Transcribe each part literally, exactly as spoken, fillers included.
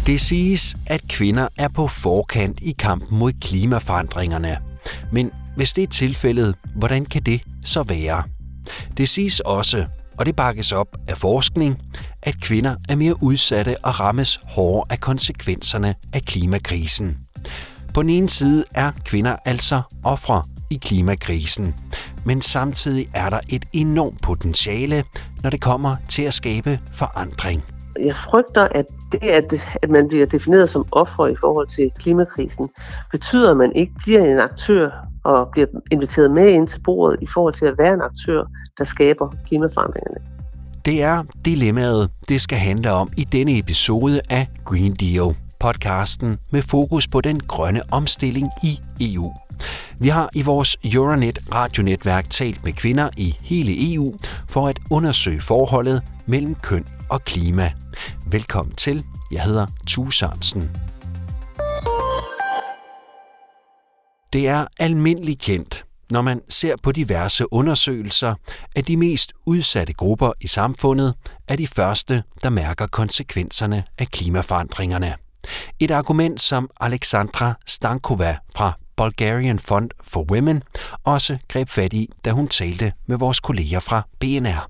Det siges, at kvinder er på forkant i kampen mod klimaforandringerne. Men hvis det er tilfældet, hvordan kan det så være? Det siges også, og det bakkes op af forskning, at kvinder er mere udsatte og rammes hårdere af konsekvenserne af klimakrisen. På den ene side er kvinder altså ofre i klimakrisen, men samtidig er der et enormt potentiale, når det kommer til at skabe forandring. Jeg frygter, at det, at, at man bliver defineret som offer i forhold til klimakrisen, betyder, at man ikke bliver en aktør og bliver inviteret med ind til bordet i forhold til at være en aktør, der skaber klimaforandringerne. Det er dilemmaet, det skal handle om i denne episode af Green Deal, podcasten med fokus på den grønne omstilling i E U. Vi har i vores Euronet radionetværk talt med kvinder i hele E U for at undersøge forholdet mellem køn og klima. Velkommen til. Jeg hedder Tue Sørensen. Det er almindeligt kendt, når man ser på diverse undersøgelser, at de mest udsatte grupper i samfundet er de første, der mærker konsekvenserne af klimaforandringerne. Et argument, som Alexandra Stankova fra Bulgarian Fund for Women også greb fat i, da hun talte med vores kolleger fra B N R.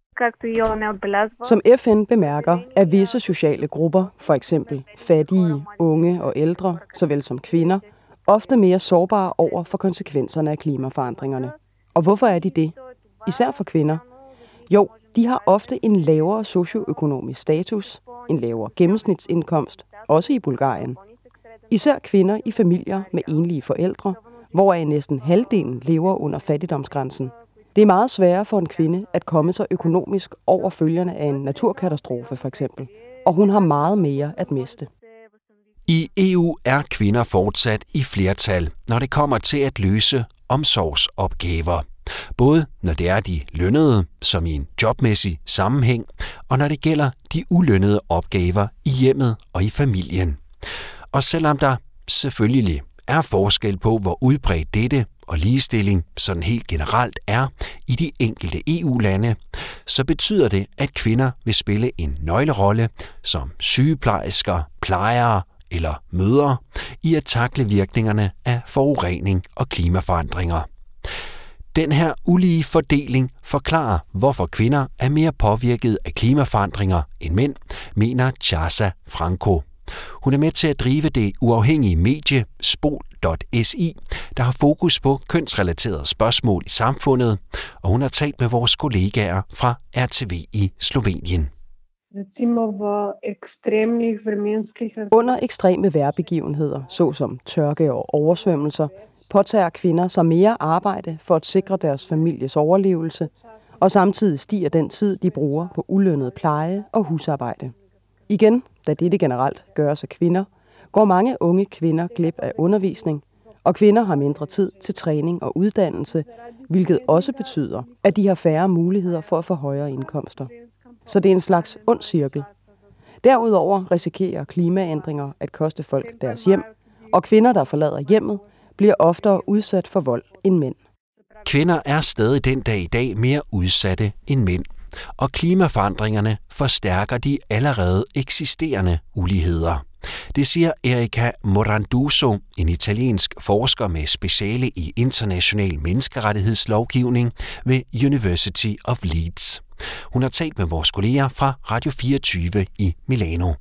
Som F N bemærker, er visse sociale grupper, for eksempel fattige, unge og ældre, såvel som kvinder, ofte mere sårbare over for konsekvenserne af klimaforandringerne. Og hvorfor er de det? Især for kvinder. Jo, de har ofte en lavere socioøkonomisk status, en lavere gennemsnitsindkomst, også i Bulgarien. Især kvinder i familier med enlige forældre, hvoraf næsten halvdelen lever under fattigdomsgrænsen. Det er meget sværere for en kvinde at komme sig økonomisk over følgerne af en naturkatastrofe for eksempel, og hun har meget mere at miste. I E U er kvinder fortsat i flertal, når det kommer til at løse omsorgsopgaver. Både når det er de lønnede, som i en jobmæssig sammenhæng, og når det gælder de ulønnede opgaver i hjemmet og i familien. Og selvom der selvfølgelig er forskel på, hvor udbredt dette og ligestilling sådan helt generelt er i de enkelte E U-lande, så betyder det, at kvinder vil spille en nøglerolle som sygeplejersker, plejere eller mødre i at takle virkningerne af forurening og klimaforandringer. Den her ulige fordeling forklarer, hvorfor kvinder er mere påvirket af klimaforandringer end mænd, mener Chasa Franco. Hun er med til at drive det uafhængige medie Spol punktum S I, der har fokus på kønsrelaterede spørgsmål i samfundet, og hun har talt med vores kollegaer fra R T V i Slovenien. Under ekstreme vejrbegivenheder, såsom tørke og oversvømmelser, påtager kvinder sig mere arbejde for at sikre deres families overlevelse, og samtidig stiger den tid, de bruger på ulønnet pleje og husarbejde. Igen, da dette generelt gøres af kvinder, går mange unge kvinder glip af undervisning, og kvinder har mindre tid til træning og uddannelse, hvilket også betyder, at de har færre muligheder for at få højere indkomster. Så det er en slags ond cirkel. Derudover risikerer klimaændringer at koste folk deres hjem, og kvinder, der forlader hjemmet, bliver oftere udsat for vold end mænd. Kvinder er stadig den dag i dag mere udsatte end mænd, og klimaforandringerne forstærker de allerede eksisterende uligheder. Det siger Erika Moranduso, en italiensk forsker med speciale i international menneskerettighedslovgivning ved University of Leeds. Hun har talt med vores kolleger fra Radio fireogtyve i Milano.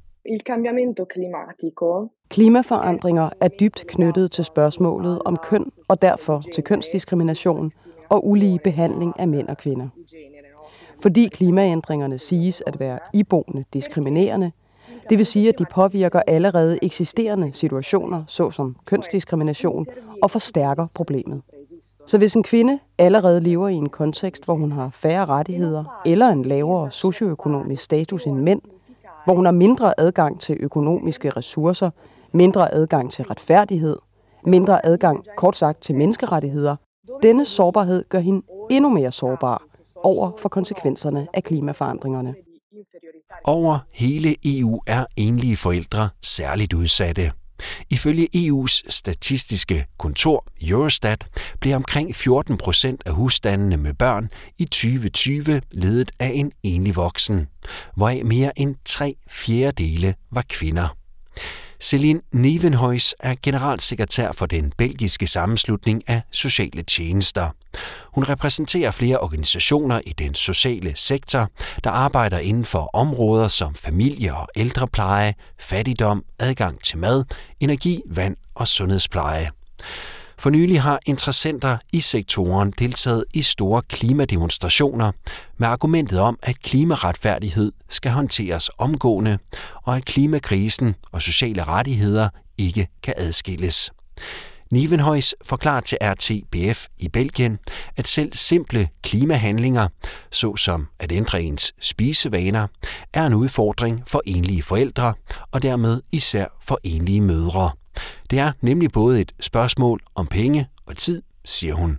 Klimaforandringer er dybt knyttet til spørgsmålet om køn og derfor til kønsdiskrimination og ulige behandling af mænd og kvinder. Fordi klimaændringerne siges at være iboende diskriminerende, det vil sige, at de påvirker allerede eksisterende situationer, såsom kønsdiskrimination, og forstærker problemet. Så hvis en kvinde allerede lever i en kontekst, hvor hun har færre rettigheder eller en lavere socioøkonomisk status end mænd, hvor hun har mindre adgang til økonomiske ressourcer, mindre adgang til retfærdighed, mindre adgang, kort sagt, til menneskerettigheder, denne sårbarhed gør hende endnu mere sårbar over for konsekvenserne af klimaforandringerne. Over hele E U er enlige forældre særligt udsatte. Ifølge E U's statistiske kontor, Eurostat, blev omkring fjorten procent af husstandene med børn i tyve tyve ledet af en enlig voksen, hvoraf mere end tre fjerdedele var kvinder. Céline Nieuwenhuis er generalsekretær for den belgiske sammenslutning af sociale tjenester. Hun repræsenterer flere organisationer i den sociale sektor, der arbejder inden for områder som familie- og ældrepleje, fattigdom, adgang til mad, energi, vand og sundhedspleje. For nylig har interessenter i sektoren deltaget i store klimademonstrationer med argumentet om, at klimaretfærdighed skal håndteres omgående, og at klimakrisen og sociale rettigheder ikke kan adskilles. Nieuwenhuis forklarer til R T B F i Belgien, at selv simple klimahandlinger, såsom at ændre ens spisevaner, er en udfordring for enlige forældre, og dermed især for enlige mødre. Det er nemlig både et spørgsmål om penge og tid, siger hun.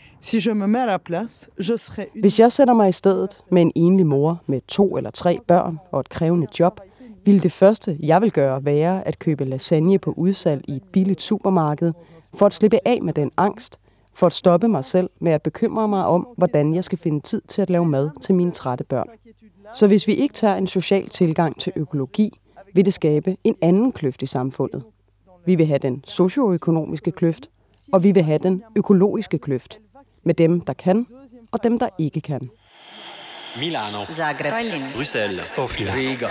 Hvis jeg sætter mig i stedet med en enlig mor med to eller tre børn og et krævende job, ville det første, jeg vil gøre, være at købe lasagne på udsalg i et billigt supermarked, for at slippe af med den angst, for at stoppe mig selv med at bekymre mig om, hvordan jeg skal finde tid til at lave mad til mine trætte børn. Så hvis vi ikke tager en social tilgang til økologi, vil det skabe en anden kløft i samfundet. Vi vil have den socioøkonomiske kløft, og vi vil have den økologiske kløft, med dem, der kan, og dem, der ikke kan. Milano, Zagreb, Bruxelles, Sofia, Riga.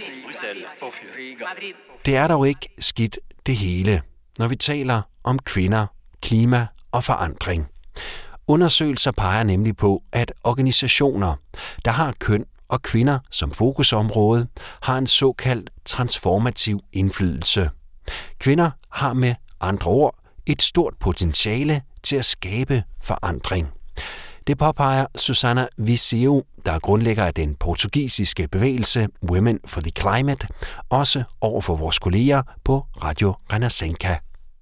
Det er dog ikke skidt det hele, når vi taler om kvinder, klima og forandring. Undersøgelser peger nemlig på, at organisationer, der har køn og kvinder som fokusområde, har en såkaldt transformativ indflydelse. Kvinder har med andre ord et stort potentiale til at skabe forandring. Det påpeger Susana Viseu, der er grundlægger af den portugisiske bevægelse Women for the Climate, også over for vores kolleger på Radio Renascença.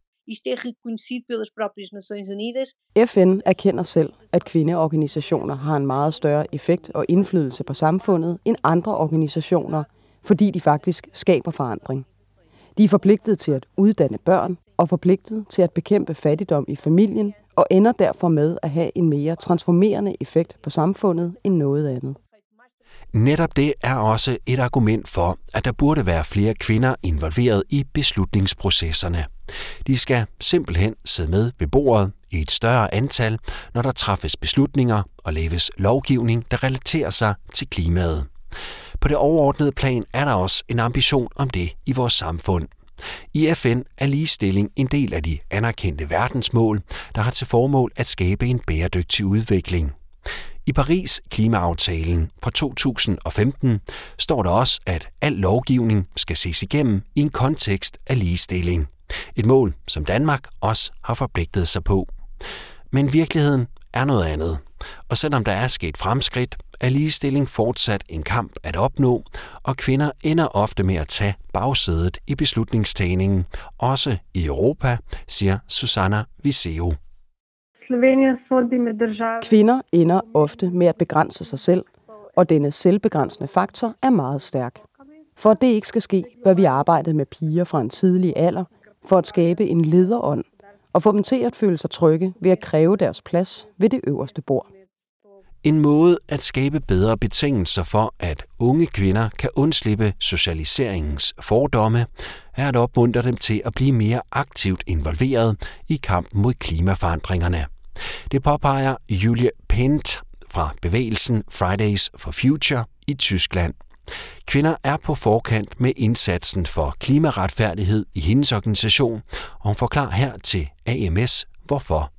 F N erkender selv, at kvindeorganisationer har en meget større effekt og indflydelse på samfundet end andre organisationer, fordi de faktisk skaber forandring. De er forpligtet til at uddanne børn og forpligtet til at bekæmpe fattigdom i familien og ender derfor med at have en mere transformerende effekt på samfundet end noget andet. Netop det er også et argument for, at der burde være flere kvinder involveret i beslutningsprocesserne. De skal simpelthen sidde med ved bordet i et større antal, når der træffes beslutninger og laves lovgivning, der relaterer sig til klimaet. På det overordnede plan er der også en ambition om det i vores samfund. I F N er ligestilling en del af de anerkendte verdensmål, der har til formål at skabe en bæredygtig udvikling. I Paris Klimaaftalen fra to tusind og femten står der også, at al lovgivning skal ses igennem i en kontekst af ligestilling. Et mål, som Danmark også har forpligtet sig på. Men virkeligheden er noget andet. Og selvom der er sket fremskridt, er ligestilling fortsat en kamp at opnå, og kvinder ender ofte med at tage bagsædet i beslutningstagningen, også i Europa, siger Susana Viseu. Kvinder ender ofte med at begrænse sig selv, og denne selvbegrænsende faktor er meget stærk. For at det ikke skal ske, bør vi arbejde med piger fra en tidlig alder, for at skabe en lederånd, og få dem til at føle sig trygge ved at kræve deres plads ved det øverste bord. En måde at skabe bedre betingelser for, at unge kvinder kan undslippe socialiseringens fordomme, er at opmuntre dem til at blive mere aktivt involveret i kampen mod klimaforandringerne. Det påpeger Julie Pent fra bevægelsen Fridays for Future i Tyskland. Kvinder er på forkant med indsatsen for klimaretfærdighed i hendes organisation, og hun forklarer her til A M S, hvorfor.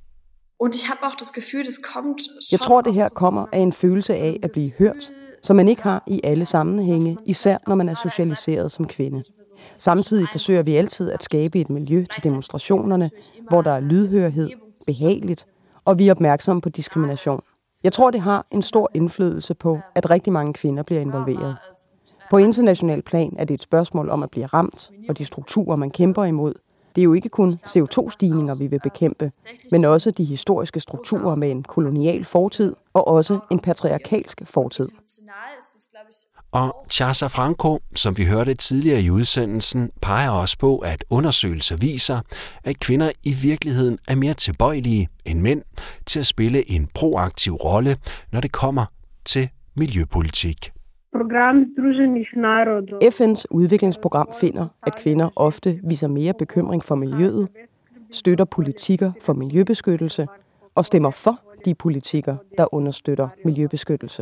Jeg tror, det her kommer af en følelse af at blive hørt, som man ikke har i alle sammenhænge, især når man er socialiseret som kvinde. Samtidig forsøger vi altid at skabe et miljø til demonstrationerne, hvor der er lydhørhed, behageligt, og vi er opmærksomme på diskrimination. Jeg tror, det har en stor indflydelse på, at rigtig mange kvinder bliver involveret. På international plan er det et spørgsmål om at blive ramt, og de strukturer, man kæmper imod. Det er jo ikke kun C O to stigninger, vi vil bekæmpe, men også de historiske strukturer med en kolonial fortid og også en patriarkalsk fortid. Og Charsa Franco, som vi hørte tidligere i udsendelsen, peger også på, at undersøgelser viser, at kvinder i virkeligheden er mere tilbøjelige end mænd til at spille en proaktiv rolle, når det kommer til miljøpolitik. F N's udviklingsprogram finder, at kvinder ofte viser mere bekymring for miljøet, støtter politikker for miljøbeskyttelse og stemmer for de politikker, der understøtter miljøbeskyttelse.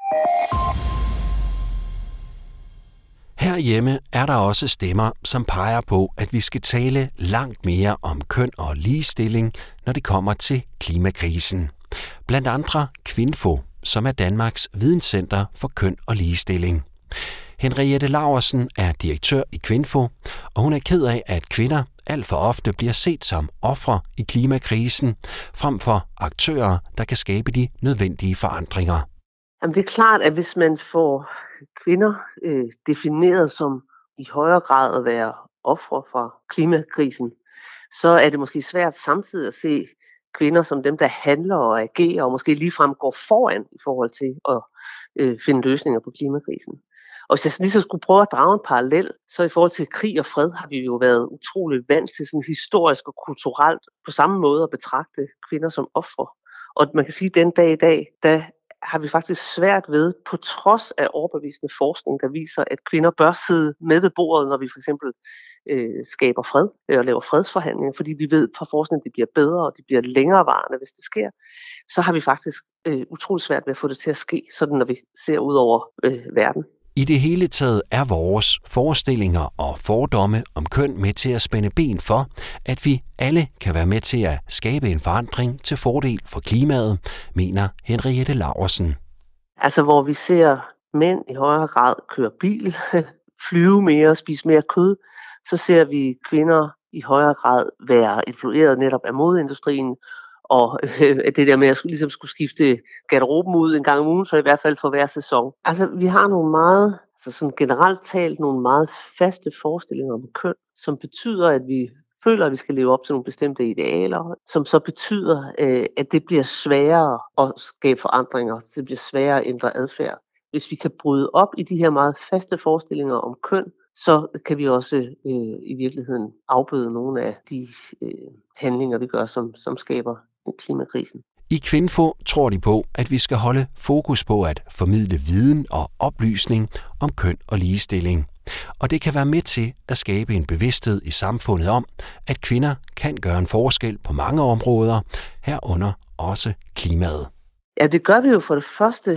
Herhjemme er der også stemmer, som peger på, at vi skal tale langt mere om køn og ligestilling, når det kommer til klimakrisen. Blandt andre Kvinfo, som er Danmarks videnscenter for køn og ligestilling. Henriette Laursen er direktør i Kvinfo, og hun er ked af, at kvinder alt for ofte bliver set som ofre i klimakrisen, frem for aktører, der kan skabe de nødvendige forandringer. Jamen, det er klart, at hvis man får kvinder øh, defineret som i højere grad at være ofre for klimakrisen, så er det måske svært samtidig at se kvinder som dem, der handler og agerer, og måske ligefrem går foran i forhold til at øh, finde løsninger på klimakrisen. Og hvis jeg lige så skulle prøve at drage en parallel, så i forhold til krig og fred har vi jo været utrolig vant til sådan historisk og kulturelt på samme måde at betragte kvinder som ofre. Og man kan sige, at den dag i dag, der har vi faktisk svært ved, på trods af overbevisende forskning, der viser, at kvinder bør sidde med ved bordet, når vi for eksempel øh, skaber fred øh, og laver fredsforhandlinger, fordi vi ved fra forskningen, at de bliver bedre og de bliver længerevarende, hvis det sker, så har vi faktisk øh, utrolig svært ved at få det til at ske, sådan når vi ser ud over øh, verden. I det hele taget er vores forestillinger og fordomme om køn med til at spænde ben for, at vi alle kan være med til at skabe en forandring til fordel for klimaet, mener Henriette Laursen. Altså hvor vi ser mænd i højere grad køre bil, flyve mere, spise mere kød, så ser vi kvinder i højere grad være influeret netop af modeindustrien, og øh, det der med at skulle, ligesom skulle skifte garderoben ud en gang om ugen, så i hvert fald for hver sæson. Altså vi har nogle meget, altså sådan generelt talt nogle meget faste forestillinger om køn, som betyder, at vi føler, at vi skal leve op til nogle bestemte idealer, som så betyder, øh, at det bliver sværere at skabe forandringer, det bliver sværere at ændre adfærd. Hvis vi kan bryde op i de her meget faste forestillinger om køn, så kan vi også øh, i virkeligheden afbøde nogle af de øh, handlinger, vi gør, som, som skaber klimakrisen. I Kvinfo tror de på, at vi skal holde fokus på at formidle viden og oplysning om køn og ligestilling. Og det kan være med til at skabe en bevidsthed i samfundet om, at kvinder kan gøre en forskel på mange områder, herunder også klimaet. Ja, det gør vi jo for det første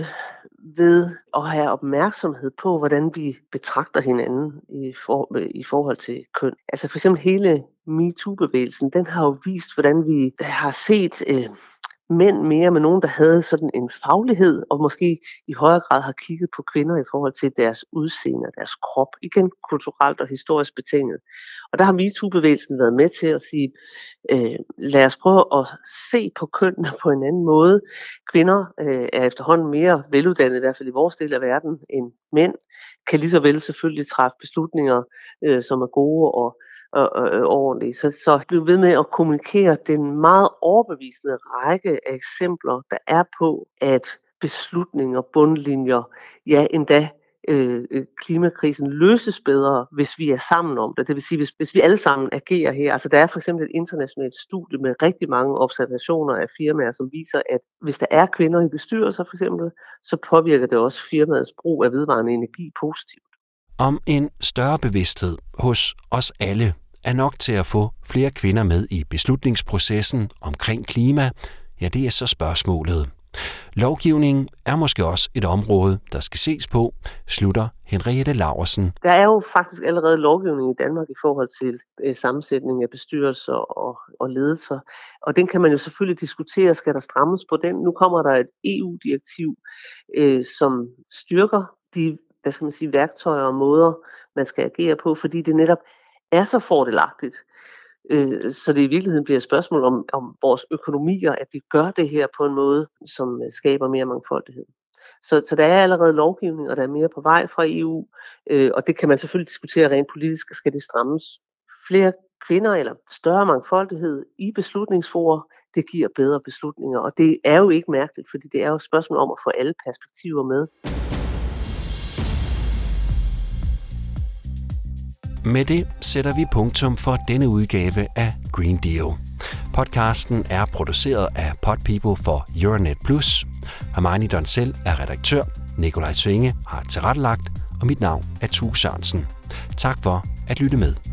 ved at have opmærksomhed på, hvordan vi betragter hinanden i, for, i forhold til køn. Altså for eksempel hele MeToo-bevægelsen, den har jo vist, hvordan vi har set øh, mænd mere med nogen, der havde sådan en faglighed, og måske i højere grad har kigget på kvinder i forhold til deres udseende og deres krop, igen kulturelt og historisk betinget. Og der har MeToo-bevægelsen været med til at sige, øh, lad os prøve at se på kønnene på en anden måde. Kvinder øh, er efterhånden mere veluddannede, i hvert fald i vores del af verden, end mænd, kan lige så vel selvfølgelig træffe beslutninger, øh, som er gode og Og, og, og ordentligt. Så, så bliv ved med at kommunikere den meget overbevisende række af eksempler, der er på, at beslutninger, bundlinjer, ja endda øh, klimakrisen løses bedre, hvis vi er sammen om det. Det vil sige, hvis, hvis vi alle sammen agerer her. Altså der er for eksempel et internationalt studie med rigtig mange observationer af firmaer, som viser, at hvis der er kvinder i bestyrelser for eksempel, så påvirker det også firmaets brug af vedvarende energi positivt. Om en større bevidsthed hos os alle er nok til at få flere kvinder med i beslutningsprocessen omkring klima, ja, det er så spørgsmålet. Lovgivningen er måske også et område, der skal ses på, slutter Henriette Laursen. Der er jo faktisk allerede lovgivning i Danmark i forhold til øh, sammensætning af bestyrelser og, og ledelser, og den kan man jo selvfølgelig diskutere, skal der strammes på den. Nu kommer der et E U-direktiv, øh, som styrker de hvad skal man sige, værktøjer og måder, man skal agere på, fordi det netop er så fordelagtigt. Øh, så det i virkeligheden bliver et spørgsmål om, om vores økonomier, at vi gør det her på en måde, som skaber mere mangfoldighed. Så, så der er allerede lovgivning, og der er mere på vej fra E U, øh, og det kan man selvfølgelig diskutere rent politisk, skal det strammes. Flere kvinder eller større mangfoldighed i beslutningsforer, det giver bedre beslutninger, og det er jo ikke mærkeligt, fordi det er jo et spørgsmål om at få alle perspektiver med. Med det sætter vi punktum for denne udgave af Green Deal. Podcasten er produceret af Podpeople for Euronet Plus. Hermione Donsel er redaktør. Nikolaj Svinge har tilrettelagt, og mit navn er Tue Sørensen. Tak for at lytte med.